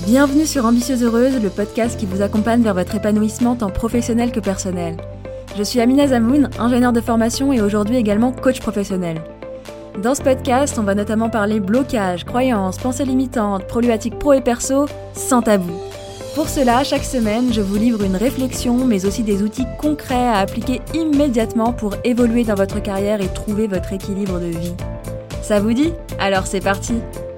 Bienvenue sur Ambitieuse Heureuse, le podcast qui vous accompagne vers votre épanouissement tant professionnel que personnel. Je suis Amina Zamoun, ingénieure de formation et aujourd'hui également coach professionnel. Dans ce podcast, on va notamment parler blocage, croyances, pensées limitantes, problématiques pro et perso, sans tabou. Pour cela, chaque semaine, je vous livre une réflexion, mais aussi des outils concrets à appliquer immédiatement pour évoluer dans votre carrière et trouver votre équilibre de vie. Ça vous dit ? Alors c'est parti !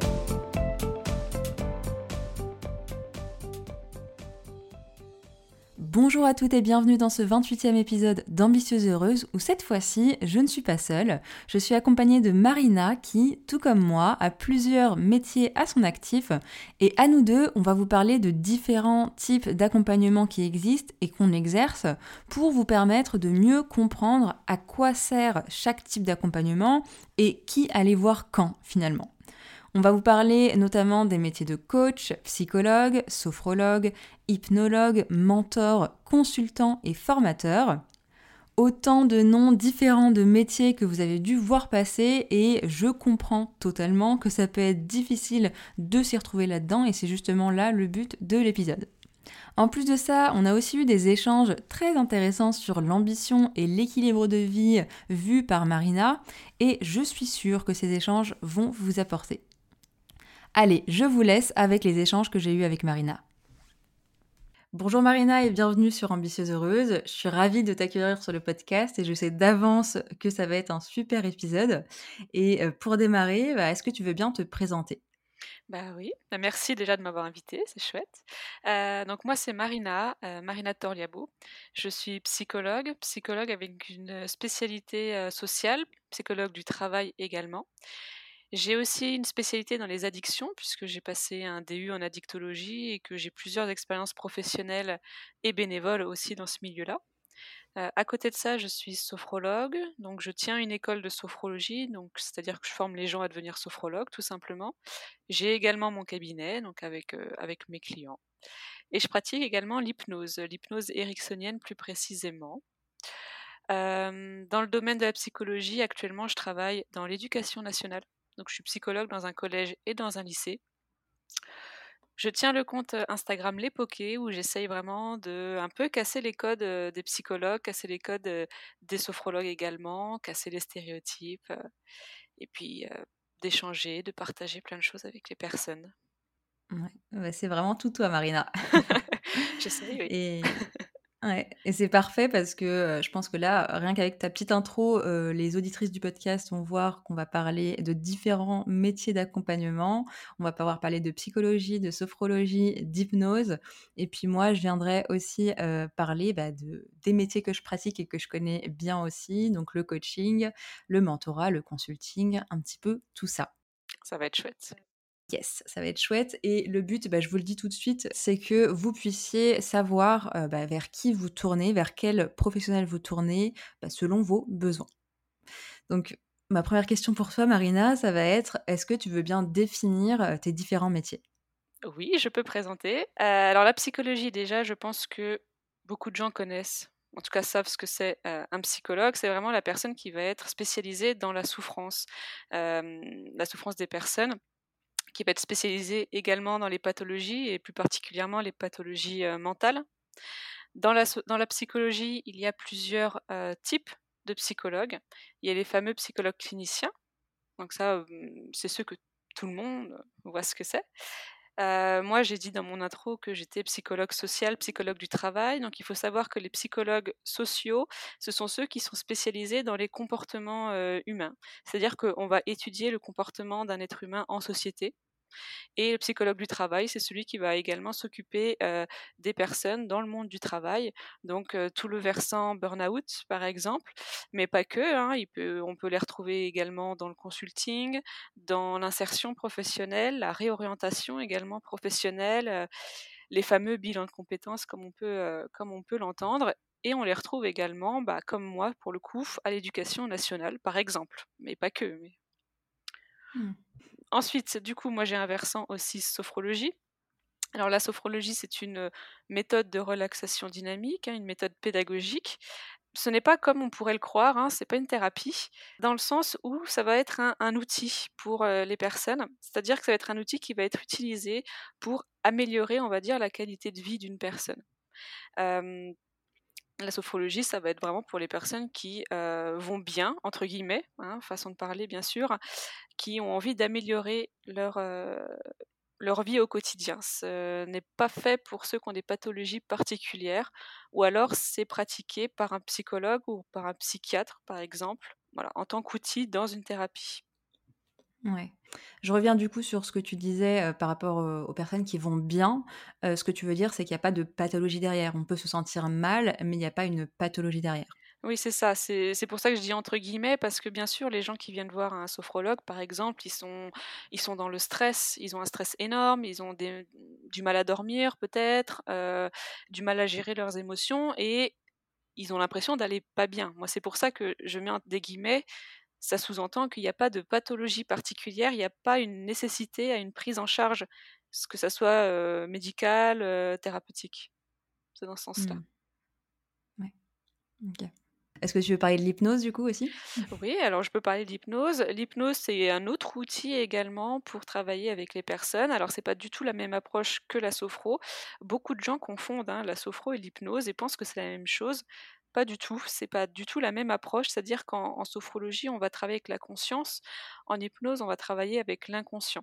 Bonjour à toutes et bienvenue dans ce 28e épisode d'Ambitieuse Heureuse où cette fois-ci, je ne suis pas seule. Je suis accompagnée de Marina qui, tout comme moi, a plusieurs métiers à son actif et à nous deux, on va vous parler de différents types d'accompagnement qui existent et qu'on exerce pour vous permettre de mieux comprendre à quoi sert chaque type d'accompagnement et qui aller voir quand finalement. On va vous parler notamment des métiers de coach, psychologue, sophrologue, hypnologue, mentor, consultant et formateur. Autant de noms différents de métiers que vous avez dû voir passer et je comprends totalement que ça peut être difficile de s'y retrouver là-dedans et c'est justement là le but de l'épisode. En plus de ça, on a aussi eu des échanges très intéressants sur l'ambition et l'équilibre de vie vus par Marina et je suis sûre que ces échanges vont vous apporter. Allez, je vous laisse avec les échanges que j'ai eus avec Marina. Bonjour Marina et bienvenue sur Ambitieuse Heureuse. Je suis ravie de t'accueillir sur le podcast et je sais d'avance que ça va être un super épisode. Et pour démarrer, est-ce que tu veux bien te présenter ? Bah oui, merci déjà de m'avoir invitée, c'est chouette. Donc moi c'est Marina Torliabou. Je suis psychologue avec une spécialité sociale, psychologue du travail également. J'ai aussi une spécialité dans les addictions puisque j'ai passé un DU en addictologie et que j'ai plusieurs expériences professionnelles et bénévoles aussi dans ce milieu-là. À côté de ça, je suis sophrologue, donc je tiens une école de sophrologie, donc c'est-à-dire que je forme les gens à devenir sophrologue tout simplement. J'ai également mon cabinet, donc avec mes clients. Et je pratique également l'hypnose ericksonienne plus précisément. Dans le domaine de la psychologie, actuellement, je travaille dans l'éducation nationale. Donc je suis psychologue dans un collège et dans un lycée. Je tiens le compte Instagram Les Pokés où j'essaye vraiment de un peu casser les codes des psychologues, casser les codes des sophrologues également, casser les stéréotypes et puis d'échanger, de partager plein de choses avec les personnes. Ouais, c'est vraiment tout toi Marina. J'essaye, oui. Et c'est parfait parce que je pense que là, rien qu'avec ta petite intro, les auditrices du podcast vont voir qu'on va parler de différents métiers d'accompagnement. On va pouvoir parler de psychologie, de sophrologie, d'hypnose. Et puis moi, je viendrai aussi parler des métiers que je pratique et que je connais bien aussi. Donc le coaching, le mentorat, le consulting, un petit peu tout ça. Ça va être chouette. Yes, ça va être chouette et le but, je vous le dis tout de suite, c'est que vous puissiez savoir vers qui vous tournez, vers quel professionnel vous tournez, selon vos besoins. Donc, ma première question pour toi, Marina, ça va être, est-ce que tu veux bien définir tes différents métiers ? Oui, je peux présenter. Alors la psychologie déjà, je pense que beaucoup de gens connaissent, en tout cas savent ce que c'est un psychologue. C'est vraiment la personne qui va être spécialisée dans la souffrance des personnes, qui va être spécialisée également dans les pathologies et plus particulièrement les pathologies mentales. Dans la psychologie, il y a plusieurs types de psychologues. Il y a les fameux psychologues cliniciens. Donc ça, c'est ceux que tout le monde voit ce que c'est. Moi, j'ai dit dans mon intro que j'étais psychologue sociale, psychologue du travail. Donc il faut savoir que les psychologues sociaux, ce sont ceux qui sont spécialisés dans les comportements humains. C'est-à-dire qu'on va étudier le comportement d'un être humain en société. Et le psychologue du travail, c'est celui qui va également s'occuper des personnes dans le monde du travail. Donc tout le versant burn-out, par exemple, mais pas que. Hein, on peut les retrouver également dans le consulting, dans l'insertion professionnelle, la réorientation également professionnelle, les fameux bilans de compétences comme on peut l'entendre. Et on les retrouve également, comme moi, pour le coup, à l'éducation nationale, par exemple. Mais pas que. Ensuite, du coup, moi j'ai un versant aussi sophrologie. Alors la sophrologie, c'est une méthode de relaxation dynamique, une méthode pédagogique. ce n'est pas comme on pourrait le croire, hein, c'est pas une thérapie, dans le sens où ça va être un outil pour, les personnes. C'est-à-dire que ça va être un outil qui va être utilisé pour améliorer, on va dire, la qualité de vie d'une personne. Hem, la sophrologie, ça va être vraiment pour les personnes qui, «vont bien» entre guillemets, hein, façon de parler bien sûr, qui ont envie d'améliorer leur vie au quotidien. Ce n'est pas fait pour ceux qui ont des pathologies particulières ou alors c'est pratiqué par un psychologue ou par un psychiatre, par exemple, voilà, en tant qu'outil dans une thérapie. Ouais. Je reviens du coup sur ce que tu disais, par rapport, aux personnes qui vont bien. Ce que tu veux dire, c'est qu'il y a pas de pathologie derrière. On peut se sentir mal, mais il y a pas une pathologie derrière. Oui, c'est ça, c'est pour ça que je dis entre guillemets parce que bien sûr les gens qui viennent voir un sophrologue par exemple, ils sont dans le stress, ils ont un stress énorme, ils ont du mal à dormir peut-être, du mal à gérer leurs émotions et ils ont l'impression d'aller pas bien. Moi, c'est pour ça que je mets des guillemets. Ça sous-entend qu'il n'y a pas de pathologie particulière, il n'y a pas une nécessité à une prise en charge, que ça soit, médicale, thérapeutique. C'est dans ce sens-là. Mmh. Ouais, OK. Est-ce que tu veux parler de l'hypnose du coup aussi? Oui, alors je peux parler d'hypnose. L'hypnose, c'est un autre outil également pour travailler avec les personnes. Alors c'est pas du tout la même approche que la sophro. Beaucoup de gens confondent, hein, la sophro et l'hypnose et pensent que c'est la même chose. Pas du tout, c'est pas du tout la même approche, c'est-à-dire qu'en sophrologie, on va travailler avec la conscience, en hypnose, on va travailler avec l'inconscient.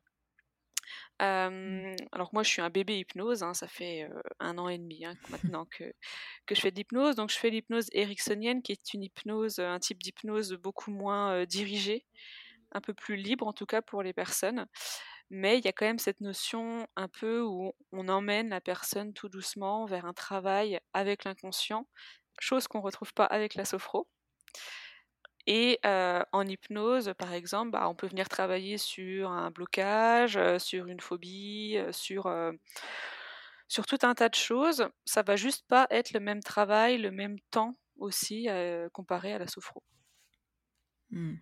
Mmh. Alors moi, je suis un bébé hypnose, hein, ça fait, 1 an et demi, hein, maintenant que je fais de l'hypnose. Donc je fais l'hypnose ericksonienne qui est une hypnose, un type d'hypnose beaucoup moins, dirigée, un peu plus libre en tout cas pour les personnes. Mais il y a quand même cette notion un peu où on emmène la personne tout doucement vers un travail avec l'inconscient, chose qu'on retrouve pas avec la sophro. Et en hypnose, par exemple, bah, on peut venir travailler sur un blocage, sur une phobie, sur tout un tas de choses. Ça va juste pas être le même travail, le même temps aussi, comparé à la sophro. Mmh.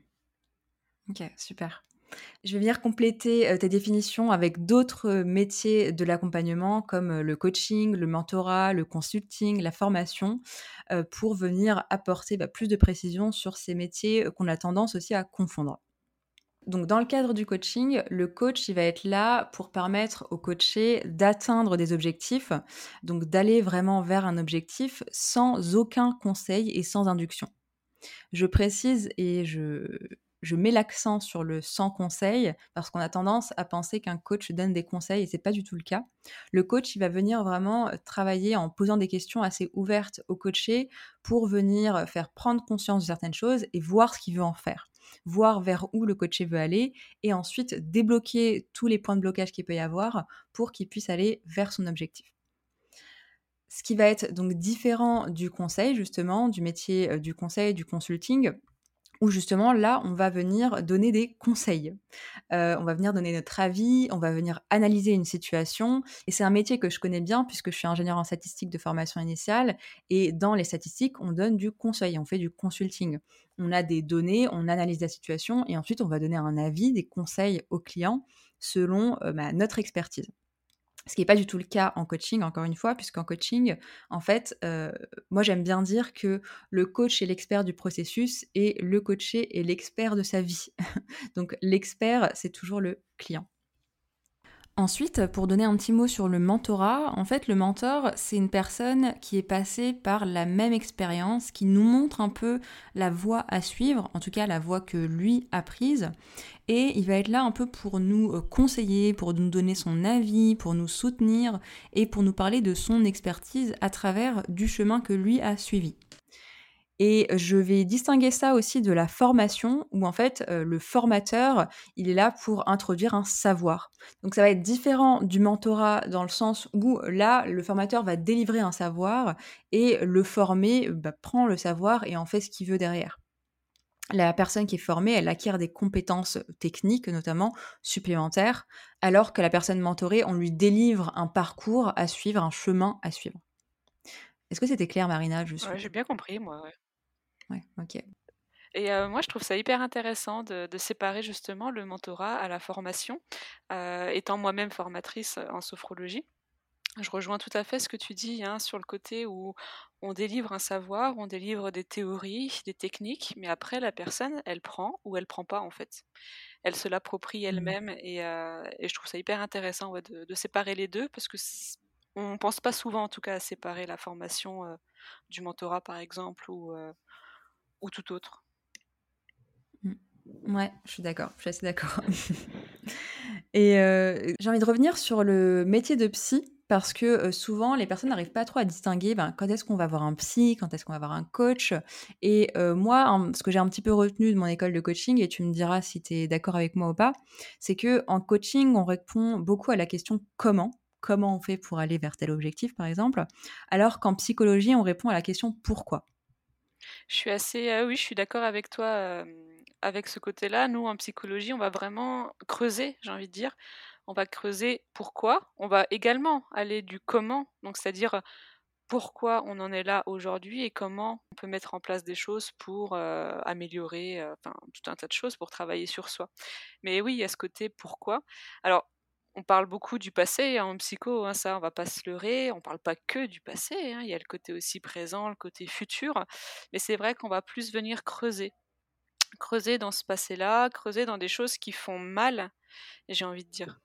OK, super. Je vais venir compléter, tes définitions avec d'autres, métiers de l'accompagnement comme, le coaching, le mentorat, le consulting, la formation, pour venir apporter, plus de précision sur ces métiers, qu'on a tendance aussi à confondre. Donc dans le cadre du coaching, le coach, il va être là pour permettre au coaché d'atteindre des objectifs, donc d'aller vraiment vers un objectif sans aucun conseil et sans induction. Je précise et je mets l'accent sur le sans conseil parce qu'on a tendance à penser qu'un coach donne des conseils et c'est pas du tout le cas. Le coach, il va venir vraiment travailler en posant des questions assez ouvertes au coaché pour venir faire prendre conscience de certaines choses et voir ce qu'il veut en faire. Voir vers où le coaché veut aller et ensuite débloquer tous les points de blocage qu'il peut y avoir pour qu'il puisse aller vers son objectif. Ce qui va être donc différent du conseil justement, du métier, du conseil, du consulting, où justement là, on va venir donner des conseils. On va venir donner notre avis, on va venir analyser une situation et c'est un métier que je connais bien puisque je suis ingénieure en statistique de formation initiale et dans les statistiques, on donne du conseil, on fait du consulting. On a des données, on analyse la situation et ensuite on va donner un avis, des conseils aux clients selon, notre expertise. Ce qui est pas du tout le cas en coaching, encore une fois, puisqu'en coaching, en fait, moi j'aime bien dire que le coach est l'expert du processus et le coaché est l'expert de sa vie. Donc l'expert, c'est toujours le client. Ensuite, pour donner un petit mot sur le mentorat, en fait, le mentor, c'est une personne qui est passée par la même expérience, qui nous montre un peu la voie à suivre, en tout cas la voie que lui a prise, et il va être là un peu pour nous conseiller, pour nous donner son avis, pour nous soutenir et pour nous parler de son expertise à travers du chemin que lui a suivi. Et je vais distinguer ça aussi de la formation où en fait, le formateur, il est là pour introduire un savoir. Donc ça va être différent du mentorat dans le sens où là, le formateur va délivrer un savoir et le formé, prend le savoir et en fait ce qu'il veut derrière. La personne qui est formée, elle acquiert des compétences techniques notamment supplémentaires, alors que la personne mentorée, on lui délivre un parcours à suivre, un chemin à suivre. Est-ce que c'était clair Marina? Je Ouais, suppose. j'ai bien compris moi, ouais. Ouais, OK. Et moi je trouve ça hyper intéressant de séparer justement le mentorat à la formation, étant moi-même formatrice, en sophrologie. Je rejoins tout à fait ce que tu dis, hein, sur le côté où on délivre un savoir, on délivre des théories, des techniques, mais après la personne, elle prend ou elle prend pas en fait. Elle se l'approprie Mmh. elle-même et je trouve ça hyper intéressant, ouais, de séparer les 2 parce que on pense pas souvent en tout cas à séparer la formation, du mentorat par exemple ou tout autre. Mmh. Ouais, je suis d'accord, je suis assez d'accord. Et j'ai envie de revenir sur le métier de psy parce que, souvent les personnes n'arrivent pas trop à distinguer, ben, quand est-ce qu'on va voir un psy, quand est-ce qu'on va voir un coach et moi, ce que j'ai un petit peu retenu de mon école de coaching et tu me diras si tu es d'accord avec moi ou pas, c'est que en coaching, on répond beaucoup à la question «Comment?». Comment on fait pour aller vers tel objectif, par exemple, alors qu'en psychologie, on répond à la question «Pourquoi?». Je suis assez, oui, je suis d'accord avec toi, avec ce côté-là. Nous, en psychologie, on va vraiment creuser, j'ai envie de dire. On va creuser pourquoi. On va également aller du comment, donc c'est-à-dire, pourquoi on en est là aujourd'hui et comment on peut mettre en place des choses pour, améliorer, enfin, tout un tas de choses pour travailler sur soi. Mais oui, il y a ce côté pourquoi. Alors, on parle beaucoup du passé, hein, en psycho, hein, ça, on va pas se leurrer. On parle pas que du passé, hein, il y a le côté aussi présent, le côté futur. Mais c'est vrai qu'on va plus venir creuser. Creuser dans ce passé-là, creuser dans des choses qui font mal, j'ai envie de dire.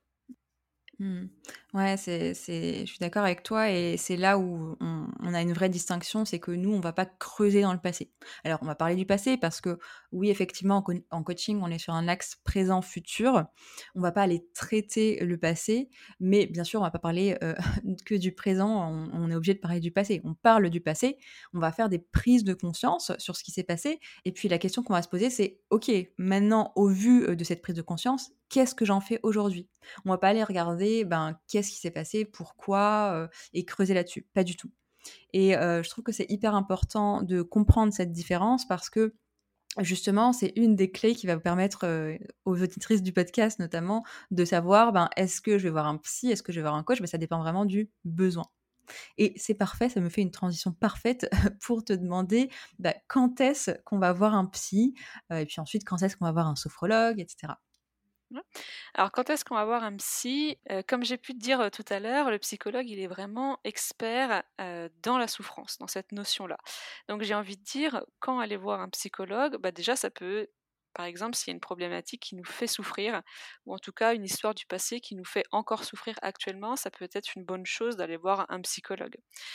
Mmh. Ouais, je suis d'accord avec toi et c'est là où on a une vraie distinction, c'est que nous, on va pas creuser dans le passé. Alors, on va parler du passé parce que oui, effectivement, en coaching, on est sur un axe présent-futur. On va pas aller traiter le passé, mais bien sûr, on va pas parler, que du présent. On est obligé de parler du passé. On parle du passé, on va faire des prises de conscience sur ce qui s'est passé et puis la question qu'on va se poser, c'est: «OK, maintenant, au vu, de cette prise de conscience, qu'est-ce que j'en fais aujourd'hui?» On va pas aller regarder, ben, qu'est-ce qui s'est passé, pourquoi, et creuser là-dessus, pas du tout. Et je trouve que c'est hyper important de comprendre cette différence parce que, justement, c'est une des clés qui va vous permettre, aux auditrices du podcast notamment, de savoir, ben, est-ce que je vais voir un psy? Est-ce que je vais voir un coach? Ben, ça dépend vraiment du besoin. Et c'est parfait, ça me fait une transition parfaite pour te demander, bah, quand est-ce qu'on va voir un psy? Et puis ensuite, quand est-ce qu'on va voir un sophrologue et cetera? Ouais. Alors quand est-ce qu'on va voir un psy? Comme j'ai pu te dire, tout à l'heure, le psychologue, il est vraiment expert, dans la souffrance, dans cette notion-là. Donc j'ai envie de dire, quand aller voir un psychologue? Bah, déjà ça peut par exemple, s'il y a une problématique qui nous fait souffrir ou en tout cas une histoire du passé qui nous fait encore souffrir actuellement, ça peut être une bonne chose d'aller voir un psychologue.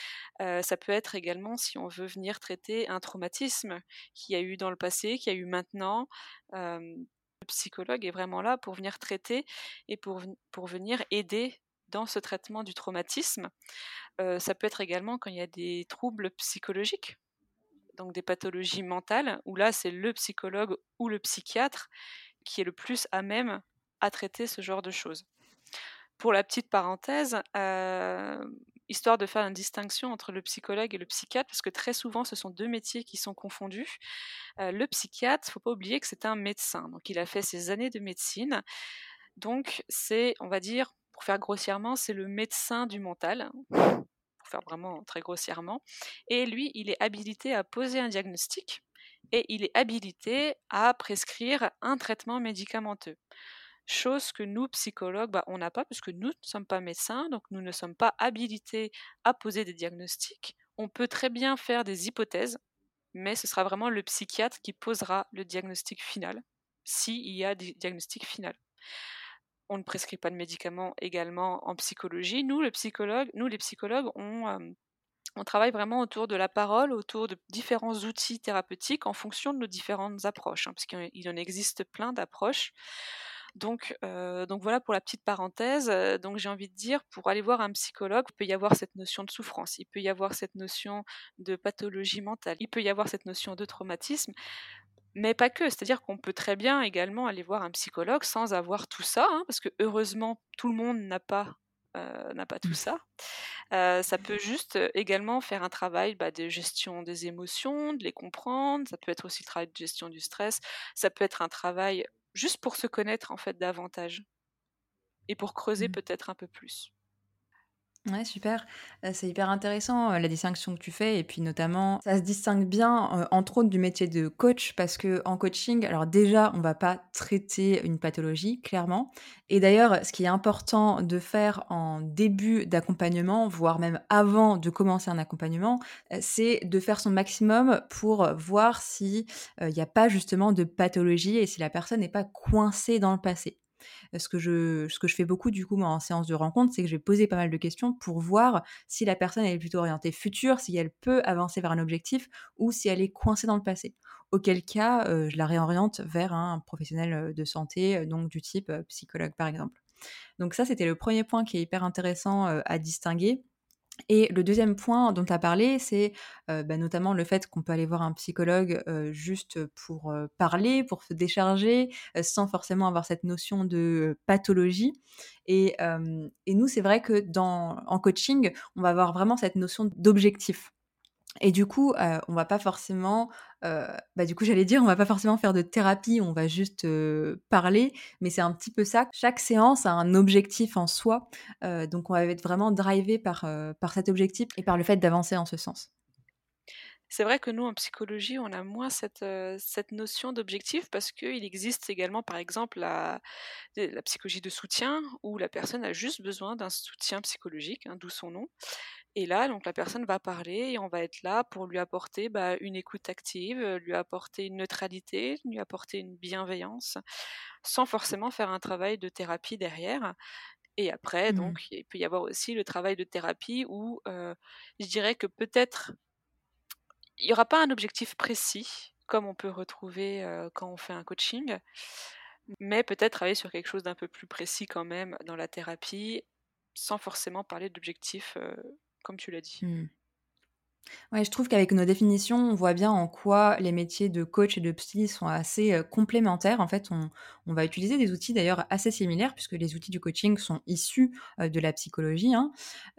Ça peut être également si on veut venir traiter un traumatisme qu'il y a eu dans le passé, qu'il y a eu maintenant, le psychologue est vraiment là pour venir traiter et pour venir aider dans ce traitement du traumatisme. Ça peut être également quand il y a des troubles psychologiques, donc des pathologies mentales, où là, c'est le psychologue ou le psychiatre qui est le plus à même à traiter ce genre de choses. Pour la petite parenthèse, histoire de faire une distinction entre le psychologue et le psychiatre, parce que très souvent, ce sont 2 métiers qui sont confondus. Le psychiatre, faut pas oublier que c'est un médecin, donc il a fait ses années de médecine. Donc c'est, on va dire, pour faire grossièrement, c'est le médecin du mental, pour faire vraiment très grossièrement. Et lui, il est habilité à poser un diagnostic et il est habilité à prescrire un traitement médicamenteux. Chose que nous, psychologues, bah, on n'a pas parce que nous ne sommes pas médecins, donc nous ne sommes pas habilités à poser des diagnostics. On peut très bien faire des hypothèses, mais ce sera vraiment le psychiatre qui posera le diagnostic final, s'il y a des diagnostics final. On ne prescrit pas de médicaments également en psychologie. Nous les psychologues, on travaille vraiment autour de la parole, autour de différents outils thérapeutiques en fonction de nos différentes approches, hein, parce qu'il en existe plein d'approches. Donc voilà pour la petite parenthèse. Donc j'ai envie de dire, pour aller voir un psychologue, il peut y avoir cette notion de souffrance, il peut y avoir cette notion de pathologie mentale, il peut y avoir cette notion de traumatisme, mais pas que. C'est-à-dire qu'on peut très bien également aller voir un psychologue sans avoir tout ça, hein, parce que heureusement tout le monde n'a pas tout ça. Ça peut juste, également faire un travail, bah, de gestion des émotions, de les comprendre. Ça peut être aussi le travail de gestion du stress. Ça peut être un travail juste pour se connaître, en fait, davantage et pour creuser Mmh. peut-être un peu plus. Ouais, super. C'est hyper intéressant, la distinction que tu fais et puis notamment, ça se distingue bien, entre autres du métier de coach parce que en coaching, alors déjà, on va pas traiter une pathologie, clairement et d'ailleurs, ce qui est important de faire en début d'accompagnement, voire même avant de commencer un accompagnement, c'est de faire son maximum pour, voir si, il y a pas justement de pathologie et si la personne n'est pas coincée dans le passé. Ce que je fais beaucoup du coup moi en séance de rencontre, c'est que je vais poser pas mal de questions pour voir si la personne elle est plutôt orientée future, si elle peut avancer vers un objectif ou si elle est coincée dans le passé. Auquel cas, je la réoriente vers un professionnel, de santé, donc du type, psychologue par exemple. Donc ça, c'était le premier point qui est hyper intéressant, à distinguer et le deuxième point dont tu as parlé, c'est, notamment le fait qu'on peut aller voir un psychologue, juste, pour, parler, pour se décharger, sans forcément avoir cette notion de pathologie et nous, c'est vrai que en coaching, on va avoir vraiment cette notion d'objectif. Et du coup, on va pas forcément, du coup, j'allais dire, on va pas forcément faire de thérapie, on va juste, parler, mais c'est un petit peu ça. Chaque séance a un objectif en soi, donc on va être vraiment drivé par cet objectif et par le fait d'avancer en ce sens. C'est vrai que nous, en psychologie, on a moins cette notion d'objectif parce qu'il existe également, par exemple, la psychologie de soutien où la personne a juste besoin d'un soutien psychologique, hein, d'où son nom. Et là, donc la personne va parler et on va être là pour lui apporter, une écoute active, lui apporter une neutralité, lui apporter une bienveillance, sans forcément faire un travail de thérapie derrière. Et après, Mmh. donc, il peut y avoir aussi le travail de thérapie où, je dirais que peut-être il y aura pas un objectif précis, comme on peut retrouver, quand on fait un coaching, mais peut-être travailler sur quelque chose d'un peu plus précis quand même dans la thérapie, sans forcément parler d'objectifs, comme tu l'as dit. Mmh. Ouais, je trouve qu'avec nos définitions, on voit bien en quoi les métiers de coach et de psy sont assez, complémentaires. En fait, on va utiliser des outils d'ailleurs assez similaires puisque les outils du coaching sont issus, de la psychologie, hein,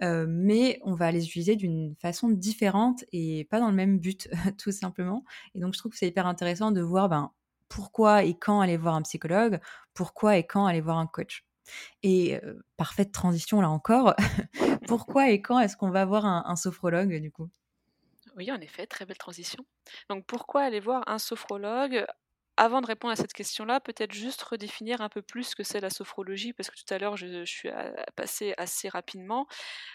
mais on va les utiliser d'une façon différente et pas dans le même but, tout simplement et donc je trouve que c'est hyper intéressant de voir, pourquoi et quand aller voir un psychologue, pourquoi et quand aller voir un coach et parfaite transition là encore, pourquoi et quand est-ce qu'on va voir un sophrologue du coup? Oui, en effet, très belle transition. Donc pourquoi aller voir un sophrologue? Avant de répondre à cette question-là, peut-être juste redéfinir un peu plus ce que c'est la sophrologie, parce que tout à l'heure je suis passée assez rapidement.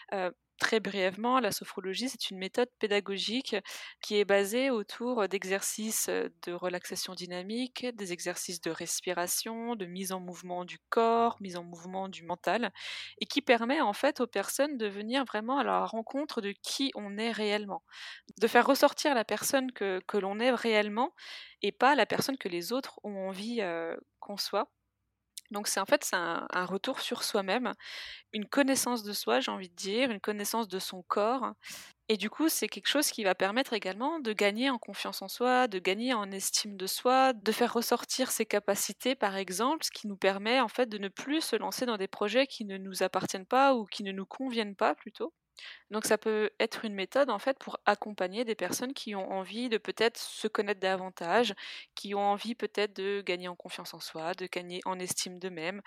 Très brièvement, la sophrologie, c'est une méthode pédagogique qui est basée autour d'exercices, de relaxation dynamique, des exercices de respiration, de mise en mouvement du corps, mise en mouvement du mental et qui permet en fait aux personnes de venir vraiment à la rencontre de qui on est réellement. De faire ressortir la personne que l'on est réellement et pas la personne que les autres ont envie, qu'on soit. Donc c'est en fait, c'est un retour sur soi-même, une connaissance de soi, j'ai envie de dire, une connaissance de son corps et du coup, c'est quelque chose qui va permettre également de gagner en confiance en soi, de gagner en estime de soi, de faire ressortir ses capacités, par exemple, ce qui nous permet, en fait, de ne plus se lancer dans des projets qui ne nous appartiennent pas ou qui ne nous conviennent pas, plutôt. Donc ça peut être une méthode, en fait, pour accompagner des personnes qui ont envie de peut-être se connaître davantage, qui ont envie peut-être de gagner en confiance en soi, de gagner en estime d'eux-mêmes.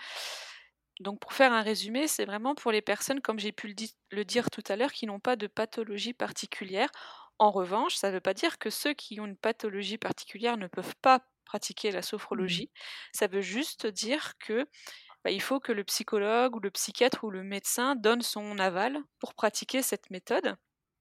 Donc pour faire un résumé, c'est vraiment pour les personnes, comme j'ai pu le dire tout à l'heure, qui n'ont pas de pathologie particulière. En revanche, ça ne veut pas dire que ceux qui ont une pathologie particulière ne peuvent pas pratiquer la Mmh. sophrologie. Ça veut juste dire que il faut que le psychologue ou le psychiatre ou le médecin donne son aval pour pratiquer cette méthode,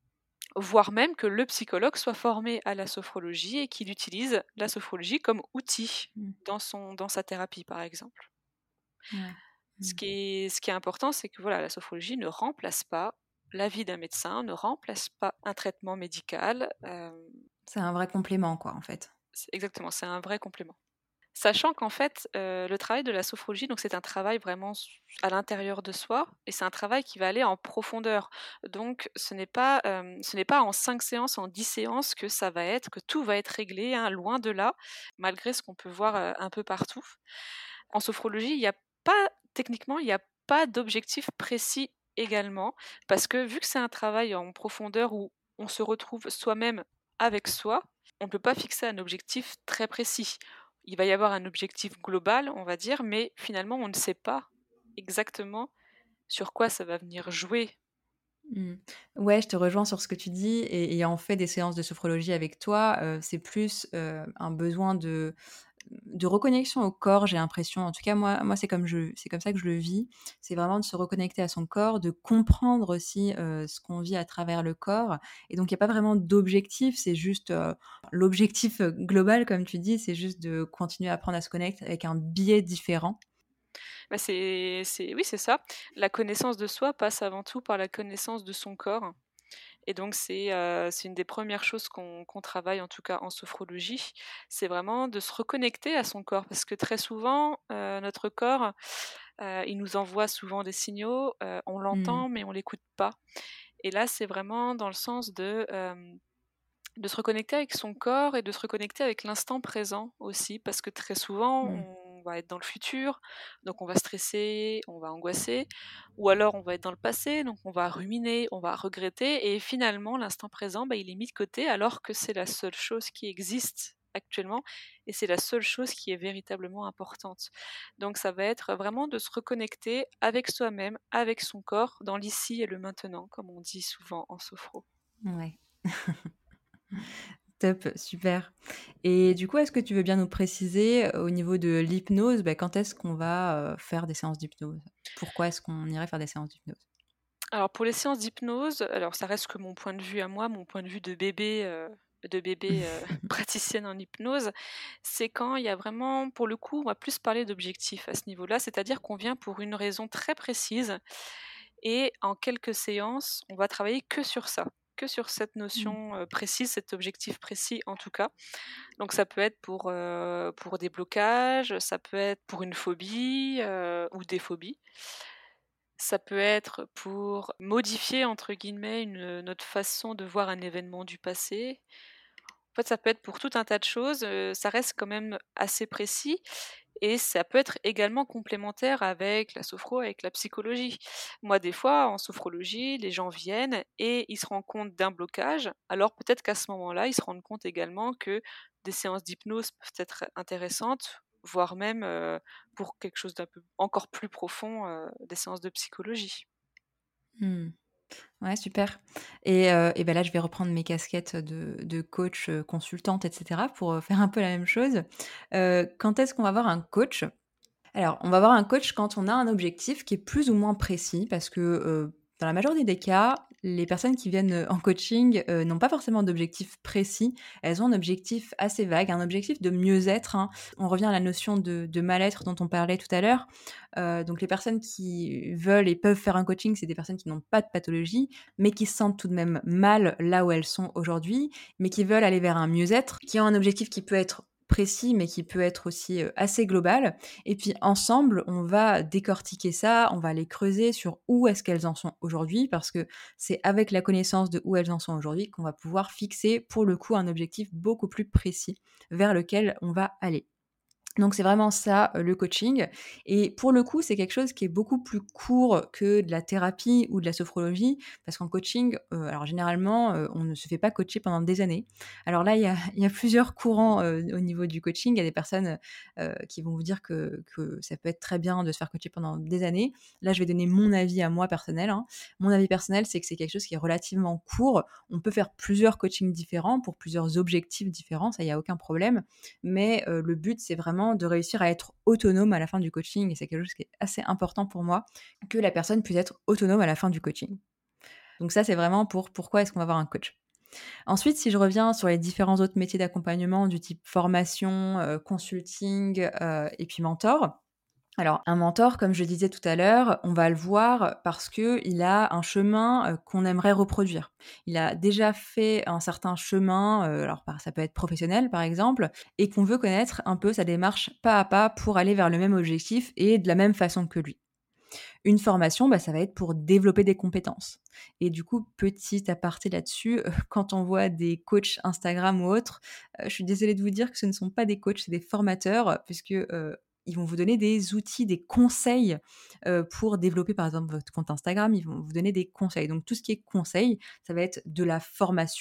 voire même que le psychologue soit formé à la sophrologie et qu'il utilise la sophrologie comme outil Mmh. dans sa thérapie, par exemple. Ouais. Ce Mmh. qui est ce qui est important, c'est que voilà, la sophrologie ne remplace pas l'avis d'un médecin, ne remplace pas un traitement médical, C'est un vrai complément quoi, en fait. c'est un vrai complément. Sachant qu'en fait, le travail de la sophrologie, donc c'est un travail vraiment à l'intérieur de soi et c'est un travail qui va aller en profondeur. Donc ce n'est pas en 5 séances, en 10 séances que ça va être que tout va être réglé, hein, loin de là, malgré ce qu'on peut voir, un peu partout. En sophrologie, il y a pas d'objectif précis également, parce que vu que c'est un travail en profondeur où on se retrouve soi-même avec soi, on ne peut pas fixer un objectif très précis. Il va y avoir un objectif global, on va dire, mais finalement, on ne sait pas exactement sur quoi ça va venir jouer. Mmh. Ouais, je te rejoins sur ce que tu dis et ayant fait des séances de sophrologie avec toi, c'est plus, un besoin de reconnexion au corps, j'ai l'impression. En tout cas, moi, c'est comme ça que je le vis. C'est vraiment de se reconnecter à son corps, de comprendre aussi, ce qu'on vit à travers le corps et donc il y a pas vraiment d'objectif, c'est juste, l'objectif, global comme tu dis, c'est juste de continuer à apprendre à se connecter avec un biais différent. Bah, oui, c'est ça. La connaissance de soi passe avant tout par la connaissance de son corps. Et donc c'est une des premières choses qu'on travaille, en tout cas en sophrologie, c'est vraiment de se reconnecter à son corps. Parce que très souvent, notre corps, il nous envoie souvent des signaux, on Mmh. l'entend mais on l'écoute pas. Et là, c'est vraiment dans le sens de se reconnecter avec son corps et de se reconnecter avec l'instant présent aussi. Parce que très souvent, Mmh. on va être dans le futur, donc on va stresser, on va angoisser, ou alors on va être dans le passé, donc on va ruminer, on va regretter, et finalement l'instant présent, bah, il est mis de côté alors que c'est la seule chose qui existe actuellement et c'est la seule chose qui est véritablement importante. Donc ça va être vraiment de se reconnecter avec soi-même, avec son corps, dans l'ici et le maintenant, comme on dit souvent en sophro. Ouais. Top, super. Et du coup, est-ce que tu veux bien nous préciser, au niveau de l'hypnose, bah, quand est-ce qu'on va, faire des séances d'hypnose? Pourquoi est-ce qu'on irait faire des séances d'hypnose? Alors pour les séances d'hypnose, alors ça reste que mon point de vue à moi, mon point de vue de bébé, praticienne en hypnose, c'est quand il y a vraiment pour le coup, on va plus parler d'objectifs à ce niveau-là, c'est-à-dire qu'on vient pour une raison très précise et en quelques séances, on va travailler que sur ça, que sur cette Mmh. notion, précise, cet objectif précis en tout cas. Donc ça peut être pour des blocages, ça peut être pour une phobie, ou des phobies. Ça peut être pour «modifier» entre guillemets notre façon de voir un événement du passé. En fait, ça peut être pour tout un tas de choses, ça reste quand même assez précis et ça peut être également complémentaire avec la sophro, avec la psychologie. Moi, des fois, en sophrologie, les gens viennent et ils se rendent compte d'un blocage, alors peut-être qu'à ce moment-là, ils se rendent compte également que des séances d'hypnose peuvent être intéressantes, voire même, pour quelque chose d'un peu encore plus profond, des séances de psychologie. Mmh. Ouais, super. Et bah, là, je vais reprendre mes casquettes de coach, consultante et cetera pour, faire un peu la même chose. Quand est-ce qu'on va voir un coach? Alors, on va voir un coach quand on a un objectif qui est plus ou moins précis parce que, dans la majorité des cas, les personnes qui viennent, en coaching, n'ont pas forcément d'objectif précis. Elles ont un objectif assez vague, un objectif de mieux-être, hein. On revient à la notion de mal-être dont on parlait tout à l'heure. Donc les personnes qui veulent et peuvent faire un coaching, c'est des personnes qui n'ont pas de pathologie, mais qui se sentent tout de même mal là où elles sont aujourd'hui, mais qui veulent aller vers un mieux-être, qui ont un objectif qui peut être précis, mais qui peut être aussi, assez global et puis ensemble, on va décortiquer ça, on va aller creuser sur où est-ce qu'elles en sont aujourd'hui, parce que c'est avec la connaissance de où elles en sont aujourd'hui qu'on va pouvoir fixer, pour le coup, un objectif beaucoup plus précis vers lequel on va aller. Donc c'est vraiment ça, le coaching et pour le coup, c'est quelque chose qui est beaucoup plus court que de la thérapie ou de la sophrologie parce qu'en coaching, alors généralement, on ne se fait pas coacher pendant des années. Alors là, il y a plusieurs courants, au niveau du coaching. Il y a des personnes, qui vont vous dire que ça peut être très bien de se faire coacher pendant des années. Là, je vais donner mon avis à moi personnel, hein. Mon avis personnel, c'est que c'est quelque chose qui est relativement court. On peut faire plusieurs coachings différents pour plusieurs objectifs différents, ça, il y a aucun problème mais le but, c'est vraiment de réussir à être autonome à la fin du coaching et c'est quelque chose qui est assez important pour moi, que la personne puisse être autonome à la fin du coaching. Donc ça, c'est vraiment pour pourquoi est-ce qu'on va avoir un coach. Ensuite, si je reviens sur les différents autres métiers d'accompagnement du type formation, consulting, et puis mentor. Alors, un mentor, comme je disais tout à l'heure, on va le voir parce que il a un chemin, qu'on aimerait reproduire. Il a déjà fait un certain chemin, alors ça peut être professionnel, par exemple, et qu'on veut connaître un peu sa démarche pas à pas pour aller vers le même objectif et de la même façon que lui. Une formation, bah, ça va être pour développer des compétences et du coup, petit aparté là-dessus, quand on voit des coachs Instagram ou autres, je suis désolée de vous dire que ce ne sont pas des coachs, c'est des formateurs, puisque, ils vont vous donner des outils, des conseils, pour développer, par exemple, votre compte Instagram. Ils vont vous donner des conseils. Donc tout ce qui est conseil, ça va être de la formation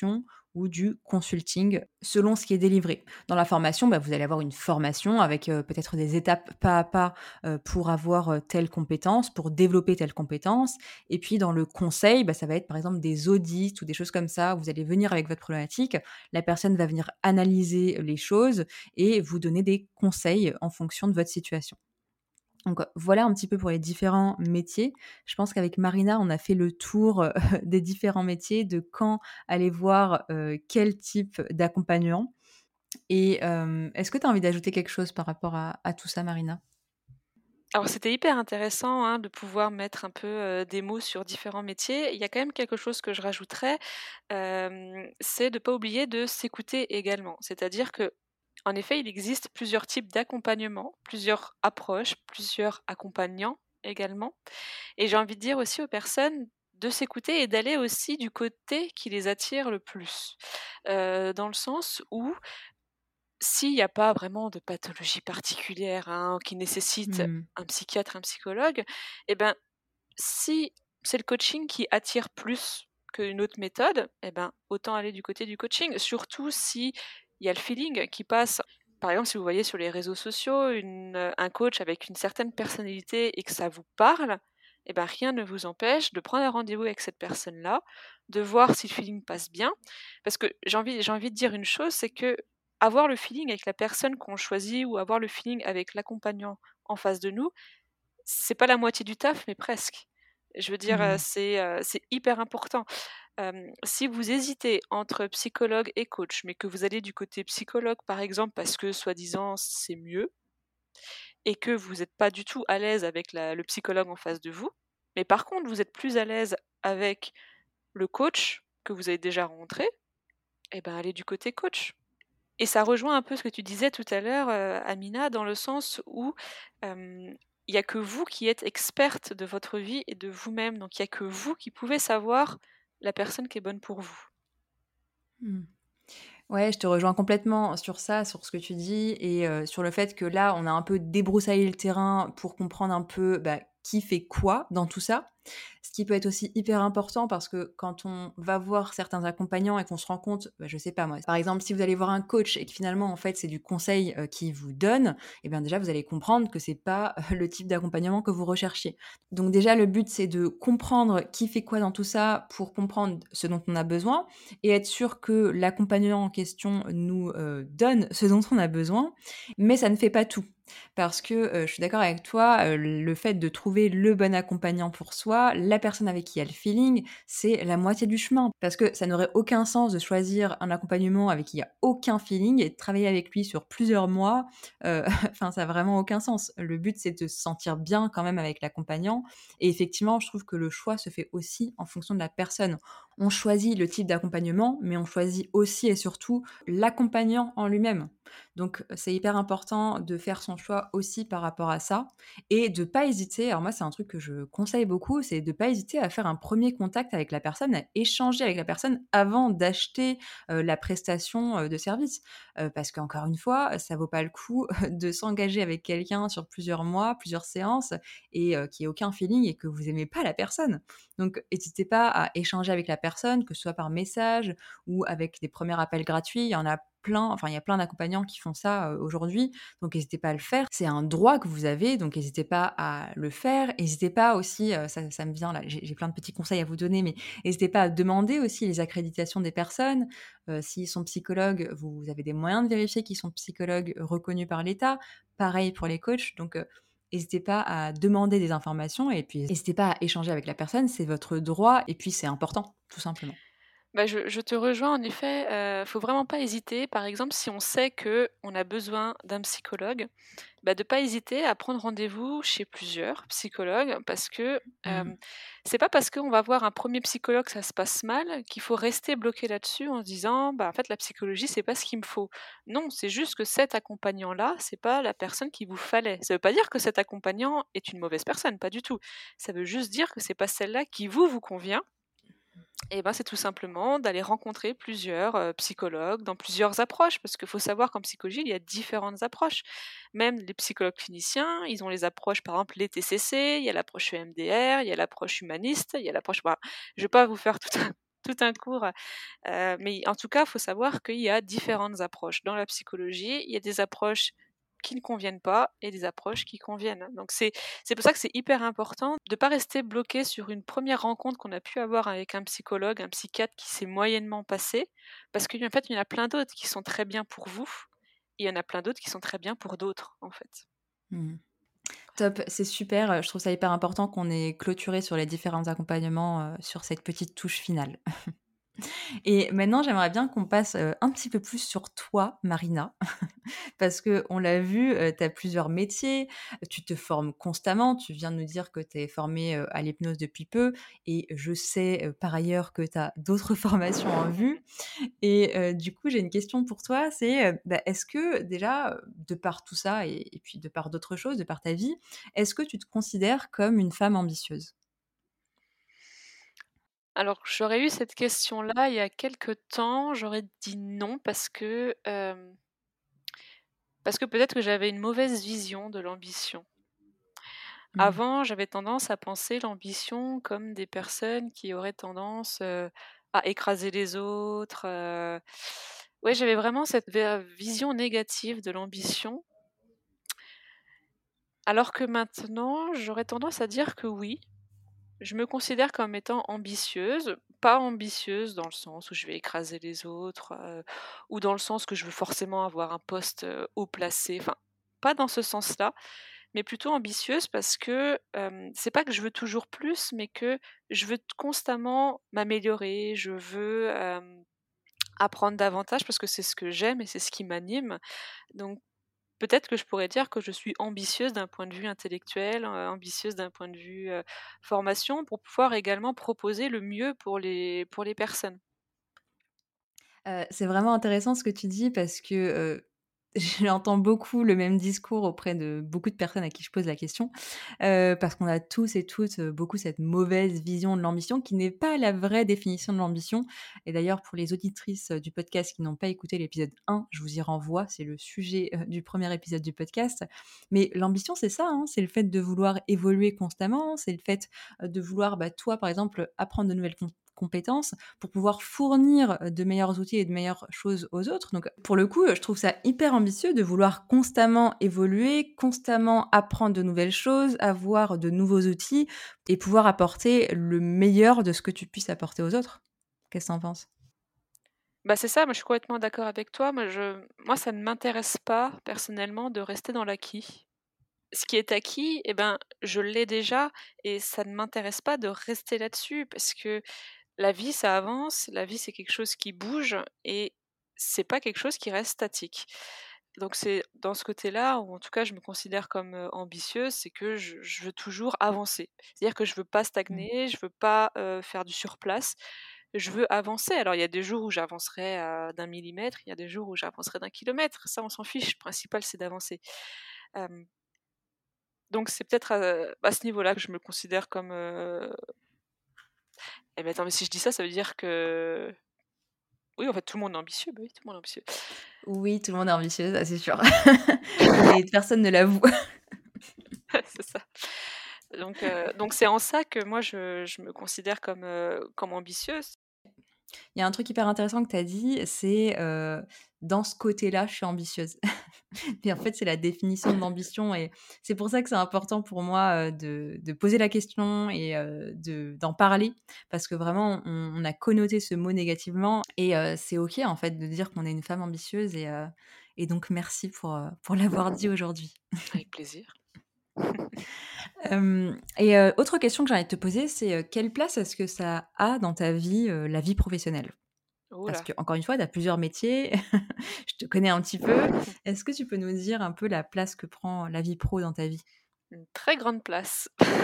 ou du consulting selon ce qui est délivré. Dans la formation, vous allez avoir une formation avec peut-être des étapes pas à pas pour avoir telle compétence, pour développer telle compétence. Et puis dans le conseil, ça va être par exemple des audits ou des choses comme ça. Vous allez venir avec votre problématique, la personne va venir analyser les choses et vous donner des conseils en fonction de votre situation. Donc voilà un petit peu pour les différents métiers. Je pense qu'avec Marina, on a fait le tour des différents métiers, de quand aller voir quel type d'accompagnant. Et est-ce que tu as envie d'ajouter quelque chose par rapport à tout ça, Marina? Alors c'était hyper intéressant, hein, de pouvoir mettre un peu, des mots sur différents métiers. Il y a quand même quelque chose que je rajouterais, c'est de pas oublier de s'écouter également. C'est-à-dire que, en effet, il existe plusieurs types d'accompagnement, plusieurs approches, plusieurs accompagnants également, et j'ai envie de dire aussi aux personnes de s'écouter et d'aller aussi du côté qui les attire le plus. Dans le sens où s'il n'y a pas vraiment de pathologie particulière, hein, qui nécessite Mmh. un psychiatre, un psychologue, et ben, si c'est le coaching qui attire plus qu'une autre méthode, et ben, autant aller du côté du coaching. Surtout si il y a le feeling qui passe. Par exemple, si vous voyez sur les réseaux sociaux un coach avec une certaine personnalité et que ça vous parle, et ben, rien ne vous empêche de prendre un rendez-vous avec cette personne-là, de voir si le feeling passe bien. Parce que j'ai envie de dire une chose, c'est que avoir le feeling avec la personne qu'on choisit ou avoir le feeling avec l'accompagnant en face de nous, c'est pas la moitié du taf, mais presque. Je veux dire, Mmh. c'est hyper important. Si vous hésitez entre psychologue et coach, mais que vous allez du côté psychologue, par exemple, parce que soi-disant c'est mieux et que vous n'êtes pas du tout à l'aise avec le psychologue en face de vous, mais par contre vous êtes plus à l'aise avec le coach que vous avez déjà rencontré, et ben allez du côté coach. Et ça rejoint un peu ce que tu disais tout à l'heure, Amina, dans le sens où, hem, il y a que vous qui êtes experte de votre vie et de vous-même. Donc il y a que vous qui pouvez savoir la personne qui est bonne pour vous. Mmh. Ouais, je te rejoins complètement sur ça, sur ce que tu dis et sur le fait que là, on a un peu débroussaillé le terrain pour comprendre un peu, qui fait quoi dans tout ça. Ce qui peut être aussi hyper important parce que quand on va voir certains accompagnants et qu'on se rend compte, je sais pas moi, par exemple, si vous allez voir un coach et que finalement, en fait, c'est du conseil, qu'il vous donne, et bien déjà, vous allez comprendre que c'est pas, le type d'accompagnement que vous recherchiez. Donc déjà, le but, c'est de comprendre qui fait quoi dans tout ça pour comprendre ce dont on a besoin et être sûr que l'accompagnant en question nous, donne ce dont on a besoin, mais ça ne fait pas tout. Parce que, je suis d'accord avec toi, le fait de trouver le bon accompagnant pour soi, la personne avec qui il y a le feeling, c'est la moitié du chemin. Parce que ça n'aurait aucun sens de choisir un accompagnement avec qui il y a aucun feeling et de travailler avec lui sur plusieurs mois, enfin ça a vraiment aucun sens. Le but, c'est de se sentir bien quand même avec l'accompagnant et effectivement, je trouve que le choix se fait aussi en fonction de la personne. On choisit le type d'accompagnement, mais on choisit aussi et surtout l'accompagnant en lui-même. Donc, c'est hyper important de faire son choix aussi par rapport à ça et de pas hésiter. Alors moi, c'est un truc que je conseille beaucoup, c'est de pas hésiter à faire un premier contact avec la personne, à échanger avec la personne avant d'acheter, la prestation, de service. Parce qu'encore une fois, ça vaut pas le coup de s'engager avec quelqu'un sur plusieurs mois, plusieurs séances et qu'il y ait aucun feeling et que vous aimez pas la personne. Donc, n'hésitez pas à échanger avec la personne, que ce soit par message ou avec des premiers appels gratuits. Il y en a plein, enfin, il y a plein d'accompagnants qui font ça aujourd'hui, donc n'hésitez pas à le faire. C'est un droit que vous avez, donc n'hésitez pas à le faire. N'hésitez pas aussi, ça me vient là, j'ai plein de petits conseils à vous donner, mais n'hésitez pas à demander aussi les accréditations des personnes. S'ils sont psychologues, vous avez des moyens de vérifier qu'ils sont psychologues reconnus par l'État. Pareil pour les coachs, donc n'hésitez pas à demander des informations et puis n'hésitez pas à échanger avec la personne, c'est votre droit et puis c'est important, tout simplement. Bah, je te rejoins en effet, faut vraiment pas hésiter. Par exemple, si on sait que on a besoin d'un psychologue, bah, de pas hésiter à prendre rendez-vous chez plusieurs psychologues parce que, Mmh. c'est pas parce qu'on va voir un premier psychologue que ça se passe mal, qu'il faut rester bloqué là-dessus en se disant: «Bah, en fait, la psychologie, c'est pas ce qu'il me faut». Non, c'est juste que cet accompagnant-là, c'est pas la personne qu'il vous fallait. Ça veut pas dire que cet accompagnant est une mauvaise personne, pas du tout. Ça veut juste dire que c'est pas celle-là qui vous convient, et ben, c'est tout simplement d'aller rencontrer plusieurs, psychologues dans plusieurs approches. Parce qu'il faut savoir qu'en psychologie, il y a différentes approches. Même les psychologues cliniciens, ils ont les approches, par exemple les TCC, il y a l'approche EMDR, il y a l'approche humaniste, il y a l'approche, bah, je vais pas vous faire tout un tout un cours. Mais en tout cas, il faut savoir qu'il y a différentes approches. Dans la psychologie, il y a des approches qui ne conviennent pas et des approches qui conviennent. Donc c'est pour ça que c'est hyper important de ne pas rester bloqué sur une première rencontre qu'on a pu avoir avec un psychologue, un psychiatre qui s'est moyennement passé, parce qu'en fait, il y en a plein d'autres qui sont très bien pour vous, et il y en a plein d'autres qui sont très bien pour d'autres, en fait. Mmh. Top, c'est super, je trouve ça hyper important qu'on ait clôturé sur les différents accompagnements, sur cette petite touche finale. Et maintenant, j'aimerais bien qu'on passe, un petit peu plus sur toi, Marina, parce qu'on l'a vu, tu as plusieurs métiers, tu te formes constamment. Tu viens de nous dire que tu es formée, à l'hypnose depuis peu et je sais, par ailleurs que tu as d'autres formations en vue et du coup, j'ai une question pour toi, c'est, est-ce que déjà, de par tout ça et puis de par d'autres choses, de par ta vie, est-ce que tu te considères comme une femme ambitieuse? Alors, j'aurais eu cette question-là il y a quelque temps, j'aurais dit non parce que peut-être que j'avais une mauvaise vision de l'ambition. Mmh. Avant, j'avais tendance à penser l'ambition comme des personnes qui auraient tendance, à écraser les autres, ouais, j'avais vraiment cette vision négative de l'ambition. Alors que maintenant, j'aurais tendance à dire que oui, je me considère comme étant ambitieuse, pas ambitieuse dans le sens où je vais écraser les autres, ou dans le sens que je veux forcément avoir un poste, haut placé, enfin, pas dans ce sens-là, mais plutôt ambitieuse parce que, c'est pas que je veux toujours plus, mais que je veux constamment m'améliorer, je veux, apprendre davantage parce que c'est ce que j'aime et c'est ce qui m'anime. Donc peut-être que je pourrais dire que je suis ambitieuse d'un point de vue intellectuel, ambitieuse d'un point de vue, formation pour pouvoir également proposer le mieux pour les personnes. C'est vraiment intéressant ce que tu dis parce que, j'entends beaucoup le même discours auprès de beaucoup de personnes à qui je pose la question, parce qu'on a tous et toutes, beaucoup cette mauvaise vision de l'ambition qui n'est pas la vraie définition de l'ambition et d'ailleurs pour les auditrices, du podcast qui n'ont pas écouté l'épisode 1, je vous y renvoie, c'est le sujet, du premier épisode du podcast. Mais l'ambition, c'est ça, hein, c'est le fait de vouloir évoluer constamment, c'est le fait, de vouloir, toi, par exemple, apprendre de nouvelles compétences pour pouvoir fournir de meilleurs outils et de meilleures choses aux autres. Donc, pour le coup, je trouve ça hyper ambitieux de vouloir constamment évoluer, constamment apprendre de nouvelles choses, avoir de nouveaux outils et pouvoir apporter le meilleur de ce que tu puisses apporter aux autres. Qu'est-ce que tu en penses? Bah, c'est ça, moi je suis complètement d'accord avec toi. Moi ça ne m'intéresse pas personnellement de rester dans l'acquis. Ce qui est acquis, eh ben, je l'ai déjà et ça ne m'intéresse pas de rester là-dessus parce que la vie ça avance, la vie c'est quelque chose qui bouge et c'est pas quelque chose qui reste statique. Donc c'est dans ce côté-là où en tout cas je me considère comme, ambitieuse, c'est que je veux toujours avancer. C'est-à-dire que je veux pas Mmh. stagner, je veux pas, faire du surplace, je veux avancer. Alors il y a des jours où j'avancerai, d'1 millimètre, il y a des jours où j'avancerai d'1 kilomètre, ça on s'en fiche, le principal c'est d'avancer. Hem, donc c'est peut-être, à ce niveau-là que je me considère comme, eh mais attends, mais si je dis ça, ça veut dire que oui en fait tout le monde est ambitieux, bah oui, tout le monde est ambitieux. Oui, tout le monde est ambitieux, ça c'est sûr. Mais personne ne l'avoue. C'est ça. Donc c'est en ça que moi je me considère comme, comme ambitieuse. Il y a un truc hyper intéressant que tu as dit, c'est, dans ce côté-là, je suis ambitieuse. Et en fait, c'est la définition de l'ambition et c'est pour ça que c'est important pour moi, de poser la question et d'en parler parce que vraiment on a connoté ce mot négativement et c'est OK, en fait, de dire qu'on est une femme ambitieuse et donc merci pour l'avoir dit aujourd'hui. Avec plaisir. Hem et autre question que j'ai envie de te poser, c'est, quelle place est-ce que ça a dans ta vie, la vie professionnelle? Ouh Parce là! qu'encore une fois, tu as plusieurs métiers, je te connais un petit peu. Est-ce que tu peux nous dire un peu la place que prend la vie pro dans ta vie? Une très grande place.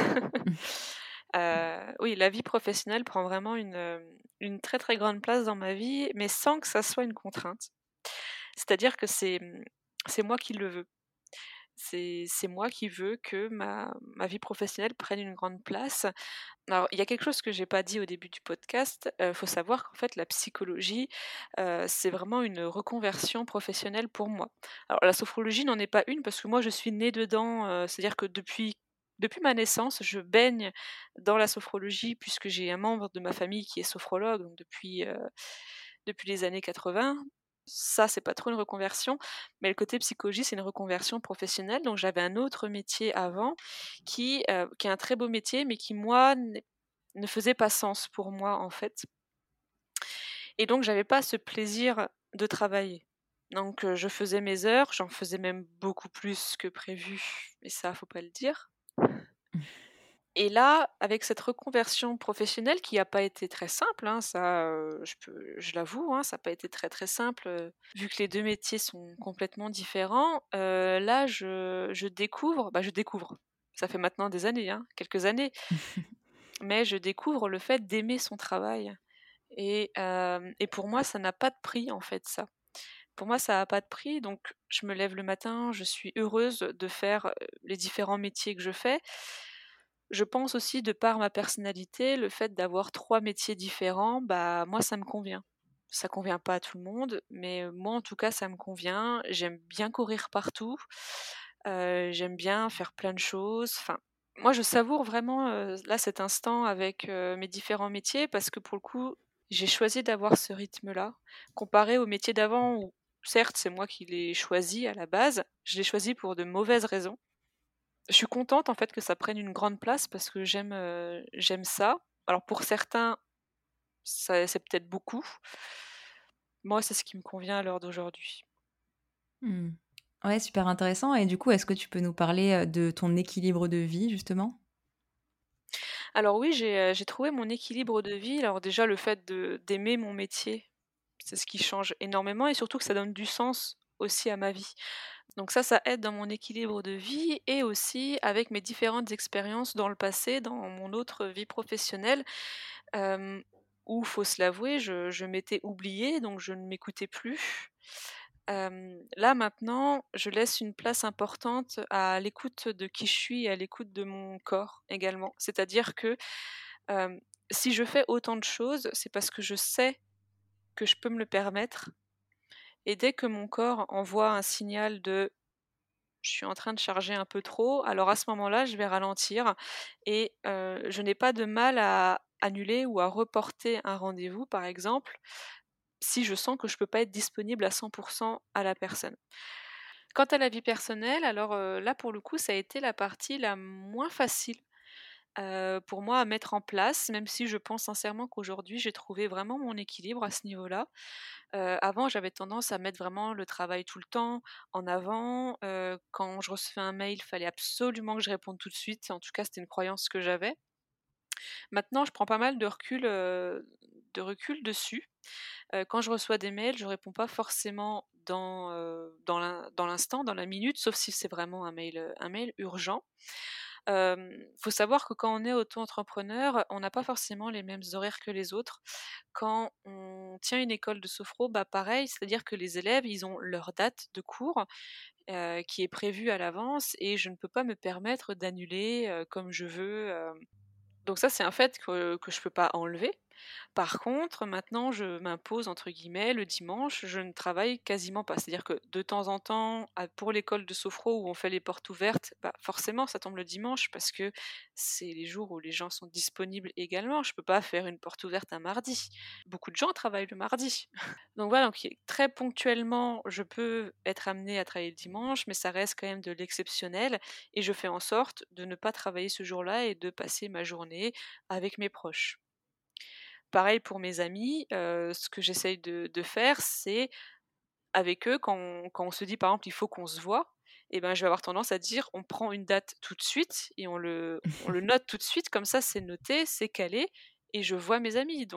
Oui, la vie professionnelle prend vraiment une très, très grande place dans ma vie, mais sans que ça soit une contrainte. C'est-à-dire que c'est moi qui le veux. C'est moi qui veux que ma vie professionnelle prenne une grande place. Alors, il y a quelque chose que j'ai pas dit au début du podcast, faut savoir qu'en fait la psychologie, c'est vraiment une reconversion professionnelle pour moi. Alors la sophrologie n'en est pas une parce que moi je suis née dedans, c'est-à-dire que depuis depuis ma naissance, je baigne dans la sophrologie puisque j'ai un membre de ma famille qui est sophrologue, donc depuis les années 80. Ça, c'est pas trop une reconversion, mais le côté psychologie, c'est une reconversion professionnelle. Donc j'avais un autre métier avant qui est un très beau métier, mais qui moi ne faisait pas sens pour moi en fait. Et donc j'avais pas ce plaisir de travailler. Donc je faisais mes heures, j'en faisais même beaucoup plus que prévu, et ça, faut pas le dire. Et là, avec cette reconversion professionnelle qui a pas été très simple, hein, ça, je l'avoue, hein, ça a pas été très, très simple, vu que les 2 métiers sont complètement différents, là je découvre, ça fait maintenant des années, hein, quelques années, mais je découvre le fait d'aimer son travail et pour moi, ça n'a pas de prix, en fait, ça. Pour moi, ça a pas de prix, donc je me lève le matin, je suis heureuse de faire, les différents métiers que je fais. Je pense aussi, de par ma personnalité, le fait d'avoir 3 métiers différents, bah, moi ça me convient. Ça convient pas à tout le monde, mais moi en tout cas ça me convient. J'aime bien courir partout, j'aime bien faire plein de choses. Enfin, moi je savoure vraiment, là cet instant avec, mes différents métiers parce que pour le coup, j'ai choisi d'avoir ce rythme-là, comparé au métier d'avant où certes c'est moi qui l'ai choisi à la base, je l'ai choisi pour de mauvaises raisons. Je suis contente en fait que ça prenne une grande place parce que j'aime ça. Alors pour certains, ça c'est peut-être beaucoup. Moi, c'est ce qui me convient à l'heure d'aujourd'hui. Mmh. Ouais, super intéressant et du coup, est-ce que tu peux nous parler, de ton équilibre de vie justement? Alors oui, j'ai trouvé mon équilibre de vie. Alors déjà le fait de d'aimer mon métier, c'est ce qui change énormément et surtout que ça donne du sens aussi à ma vie. Donc ça aide dans mon équilibre de vie et aussi avec mes différentes expériences dans le passé, dans mon autre vie professionnelle. Hem, Où faut se l'avouer, je m'étais oubliée, donc je ne m'écoutais plus. Là maintenant, je laisse une place importante à l'écoute de qui je suis et à l'écoute de mon corps également. C'est-à-dire que, hem, si je fais autant de choses, c'est parce que je sais que je peux me le permettre et dès que mon corps envoie un signal de: «Je suis en train de charger un peu trop», alors à ce moment-là, je vais ralentir et je n'ai pas de mal à annuler ou à reporter un rendez-vous, par exemple, si je sens que je peux pas être disponible à 100 à la personne. Quant à la vie personnelle, alors, là, pour le coup, ça a été la partie la moins facile, pour moi à mettre en place, même si je pense sincèrement qu'aujourd'hui, j'ai trouvé vraiment mon équilibre à ce niveau-là. Avant, j'avais tendance à mettre vraiment le travail tout le temps en avant. Quand je recevais un mail, il fallait absolument que je réponde tout de suite. En tout cas, c'était une croyance que j'avais. Maintenant, je prends pas mal de recul dessus. Quand je reçois des mails, je réponds pas forcément dans l'instant, dans la minute, sauf si c'est vraiment un mail urgent. Faut savoir que quand on est auto-entrepreneur, on n'a pas forcément les mêmes horaires que les autres. Quand on tient une école de sophro, bah, pareil, c'est-à-dire que les élèves, ils ont leur date de cours, qui est prévue à l'avance et je ne peux pas me permettre d'annuler, comme je veux, donc ça, c'est un fait que je peux pas enlever. Par contre, maintenant, je m'impose entre guillemets le dimanche, je ne travaille quasiment pas. C'est-à-dire que de temps en temps, pour l'école de sophro où on fait les portes ouvertes, bah, forcément, ça tombe le dimanche parce que c'est les jours où les gens sont disponibles également. Je peux pas faire une porte ouverte un mardi. Beaucoup de gens travaillent le mardi. Donc voilà, donc très ponctuellement, je peux être amenée à travailler le dimanche, mais ça reste quand même de l'exceptionnel et je fais en sorte de ne pas travailler ce jour-là et de passer ma journée avec mes proches. Pareil pour mes amis, ce que j'essaye de faire, c'est avec eux quand on se dit par exemple: «Il faut qu'on se voit», et ben, je vais avoir tendance à dire: «On prend une date tout de suite et on le note tout de suite, comme ça c'est noté, c'est calé et je vois mes amis».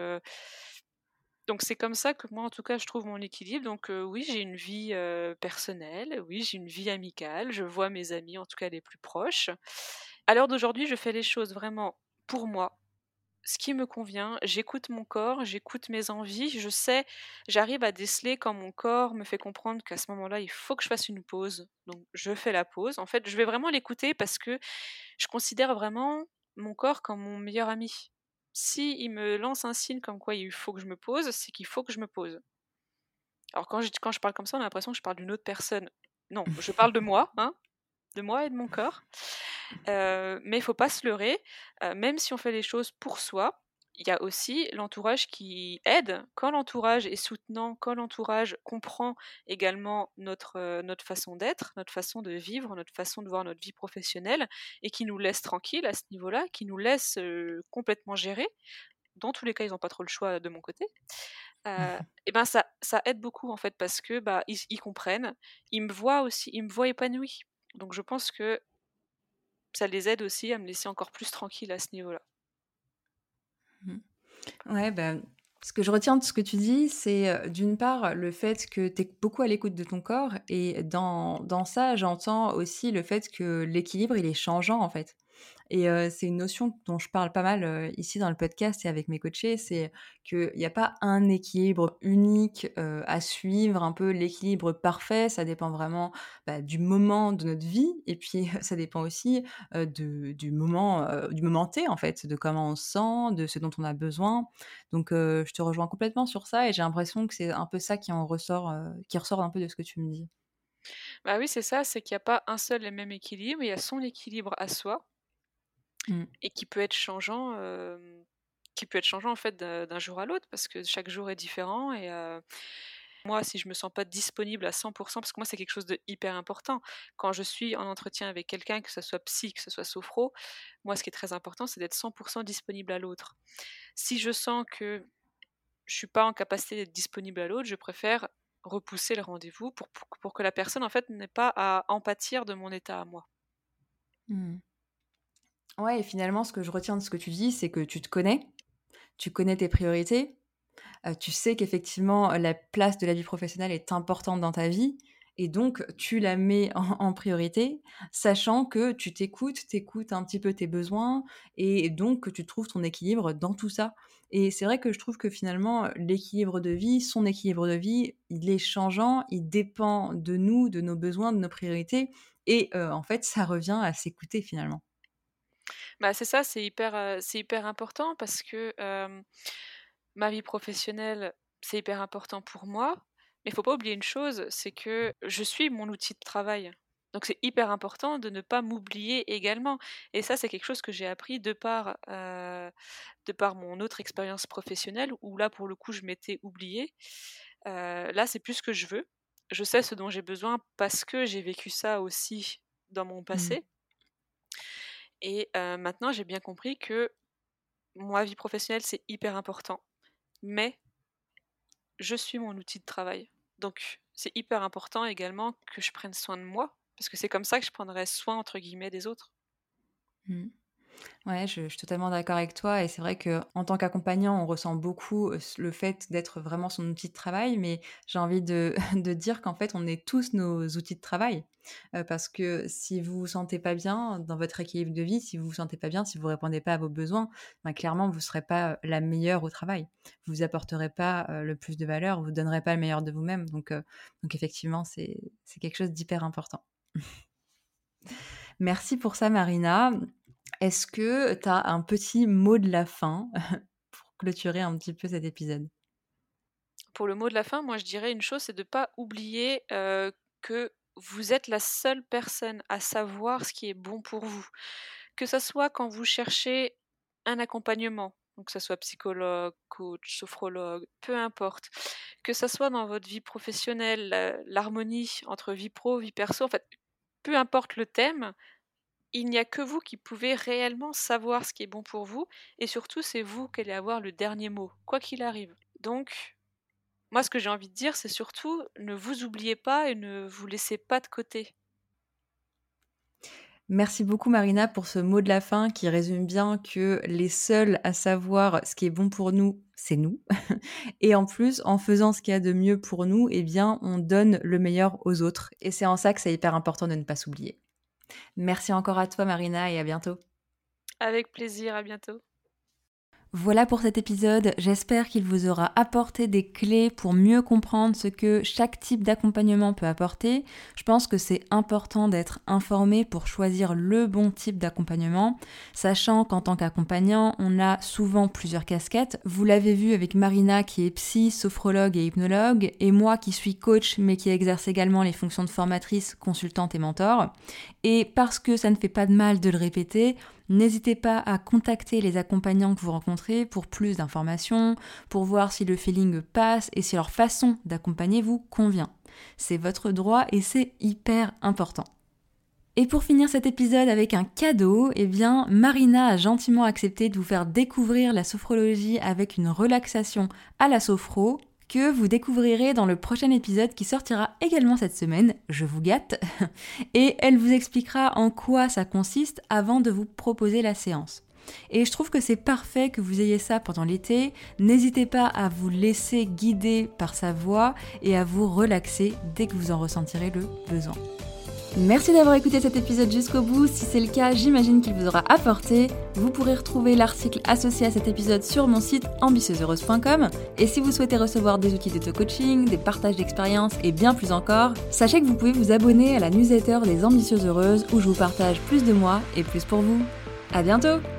Donc c'est comme ça que moi, en tout cas, je trouve mon équilibre. Donc oui, j'ai une vie, personnelle, oui, j'ai une vie amicale, je vois mes amis, en tout cas les plus proches. À l'heure d'aujourd'hui, je fais les choses vraiment pour moi, ce qui me convient. J'écoute mon corps, j'écoute mes envies, je sais, j'arrive à déceler quand mon corps me fait comprendre qu'à ce moment-là, il faut que je fasse une pause. Donc je fais la pause. En fait, je vais vraiment l'écouter parce que je considère vraiment mon corps comme mon meilleur ami. Si il me lance un signe comme quoi il faut que je me pose, c'est qu'il faut que je me pose. Alors quand je parle comme ça, on a l'impression que je parle d'une autre personne. Non, je parle de moi, hein, de moi et de mon corps. Mais il faut pas se leurrer, même si on fait les choses pour soi, il y a aussi l'entourage qui aide. Quand l'entourage est soutenant, quand l'entourage comprend également notre façon d'être, notre façon de vivre, notre façon de voir notre vie professionnelle et qui nous laisse tranquilles à ce niveau-là, qui nous laisse, complètement gérer. Dans tous les cas, ils ont pas trop le choix de mon côté. Et ben, ça aide beaucoup en fait parce que, bah, ils comprennent. Ils me voient aussi, ils me voient épanouie. Donc je pense que ça les aide aussi à me laisser encore plus tranquille à ce niveau-là. Mmh. Ouais, bah, ce que je retiens de ce que tu dis, c'est, d'une part, le fait que tu es beaucoup à l'écoute de ton corps et dans ça, j'entends aussi le fait que l'équilibre, il est changeant, en fait. Et c'est une notion dont je parle pas mal, ici dans le podcast et avec mes coachés, c'est qu'il y a pas un équilibre unique, à suivre, un peu l'équilibre parfait. Ça dépend vraiment, bah, du moment de notre vie et puis ça dépend aussi, du moment T, en fait, de comment on se sent, de ce dont on a besoin. Donc je te rejoins complètement sur ça et j'ai l'impression que c'est un peu ça qui ressort un peu de ce que tu me dis. Bah oui, c'est ça, c'est qu'il y a pas un seul et même équilibre, il y a son équilibre à soi Mmh. et qui peut être changeant en fait d'un jour à l'autre parce que chaque jour est différent et moi, si je me sens pas disponible à 100 parce que moi, c'est quelque chose de hyper important. Quand je suis en entretien avec quelqu'un, que ce soit psy, que ce soit sophro, moi, ce qui est très important, c'est d'être 100 disponible à l'autre. Si je sens que je suis pas en capacité d'être disponible à l'autre, je préfère repousser le rendez-vous pour que la personne, en fait, n'ait pas à en pâtir de mon état à moi. Mmh. Ouais et finalement, ce que je retiens de ce que tu dis, c'est que tu connais tes priorités, tu sais qu'effectivement, la place de la vie professionnelle est importante dans ta vie et donc tu la mets en priorité, sachant que tu écoutes un petit peu tes besoins et donc que tu trouves ton équilibre dans tout ça et c'est vrai que je trouve que finalement, l'équilibre de vie, son équilibre de vie, il est changeant, il dépend de nous, de nos besoins, de nos priorités et en fait, ça revient à s'écouter finalement. Bah, c'est ça, c'est hyper important parce que, ma vie professionnelle, c'est hyper important pour moi, mais il faut pas oublier une chose, c'est que je suis mon outil de travail. Donc c'est hyper important de ne pas m'oublier également et ça, c'est quelque chose que j'ai appris de par mon autre expérience professionnelle où là, pour le coup, je m'étais oubliée. Là, c'est plus ce que je veux. Je sais ce dont j'ai besoin parce que j'ai vécu ça aussi dans mon Mmh. passé et maintenant j'ai bien compris que ma vie professionnelle, c'est hyper important, mais je suis mon outil de travail. Donc c'est hyper important également que je prenne soin de moi, parce que c'est comme ça que je prendrai «soin» entre guillemets des autres. Mmh. Ouais, je suis totalement d'accord avec toi et c'est vrai que en tant qu'accompagnant, on ressent beaucoup, le fait d'être vraiment son outil de travail, mais j'ai envie de de dire qu'en fait, on est tous nos outils de travail. Parce que si vous vous sentez pas bien dans votre équilibre de vie, si vous vous sentez pas bien, si vous répondez pas à vos besoins, ben, clairement, vous serez pas, la meilleure au travail. Vous apporterez pas, le plus de valeur, vous donnerez pas le meilleur de vous-même donc effectivement, c'est quelque chose d'hyper important. Merci pour ça, Marina. Est-ce que tu as un petit mot de la fin pour clôturer un petit peu cet épisode? Pour le mot de la fin, moi je dirais une chose, c'est de ne pas oublier, que vous êtes la seule personne à savoir ce qui est bon pour vous. Que ça soit quand vous cherchez un accompagnement, donc que ça soit psychologue, coach, sophrologue, peu importe. Que ça soit dans votre vie professionnelle, l'harmonie entre vie pro, vie perso, en fait, peu importe le thème, il n'y a que vous qui pouvez réellement savoir ce qui est bon pour vous et surtout c'est vous qui allez avoir le dernier mot, quoi qu'il arrive. Donc moi, ce que j'ai envie de dire, c'est surtout ne vous oubliez pas et ne vous laissez pas de côté. Merci beaucoup Marina pour ce mot de la fin qui résume bien que les seuls à savoir ce qui est bon pour nous, c'est nous. Et en plus, en faisant ce qu'il y a de mieux pour nous, eh bien, on donne le meilleur aux autres. Et c'est en ça que c'est hyper important de ne pas s'oublier. Merci encore à toi Marina et à bientôt. Avec plaisir, à bientôt. Voilà pour cet épisode, j'espère qu'il vous aura apporté des clés pour mieux comprendre ce que chaque type d'accompagnement peut apporter. Je pense que c'est important d'être informé pour choisir le bon type d'accompagnement, sachant qu'en tant qu'accompagnant, on a souvent plusieurs casquettes. Vous l'avez vu avec Marina qui est psy, sophrologue et hypnologue, et moi qui suis coach mais qui exerce également les fonctions de formatrice, consultante et mentor. Et parce que ça ne fait pas de mal de le répéter, n'hésitez pas à contacter les accompagnants que vous rencontrez pour plus d'informations, pour voir si le feeling passe et si leur façon d'accompagner vous convient. C'est votre droit et c'est hyper important. Et pour finir cet épisode avec un cadeau, Marina a gentiment accepté de vous faire découvrir la sophrologie avec une relaxation à la sophro, que vous découvrirez dans le prochain épisode qui sortira également cette semaine, je vous gâte, et elle vous expliquera en quoi ça consiste avant de vous proposer la séance. Et je trouve que c'est parfait que vous ayez ça pendant l'été, n'hésitez pas à vous laisser guider par sa voix et à vous relaxer dès que vous en ressentirez le besoin. Merci d'avoir écouté cet épisode jusqu'au bout. Si c'est le cas, j'imagine qu'il vous aura apporté. Vous pourrez retrouver l'article associé à cet épisode sur mon site ambitieuseheureuse.com. Et si vous souhaitez recevoir des outils d'auto-coaching, des partages d'expériences et bien plus encore, sachez que vous pouvez vous abonner à la newsletter des Ambitieuses Heureuses où je vous partage plus de moi et plus pour vous. À bientôt!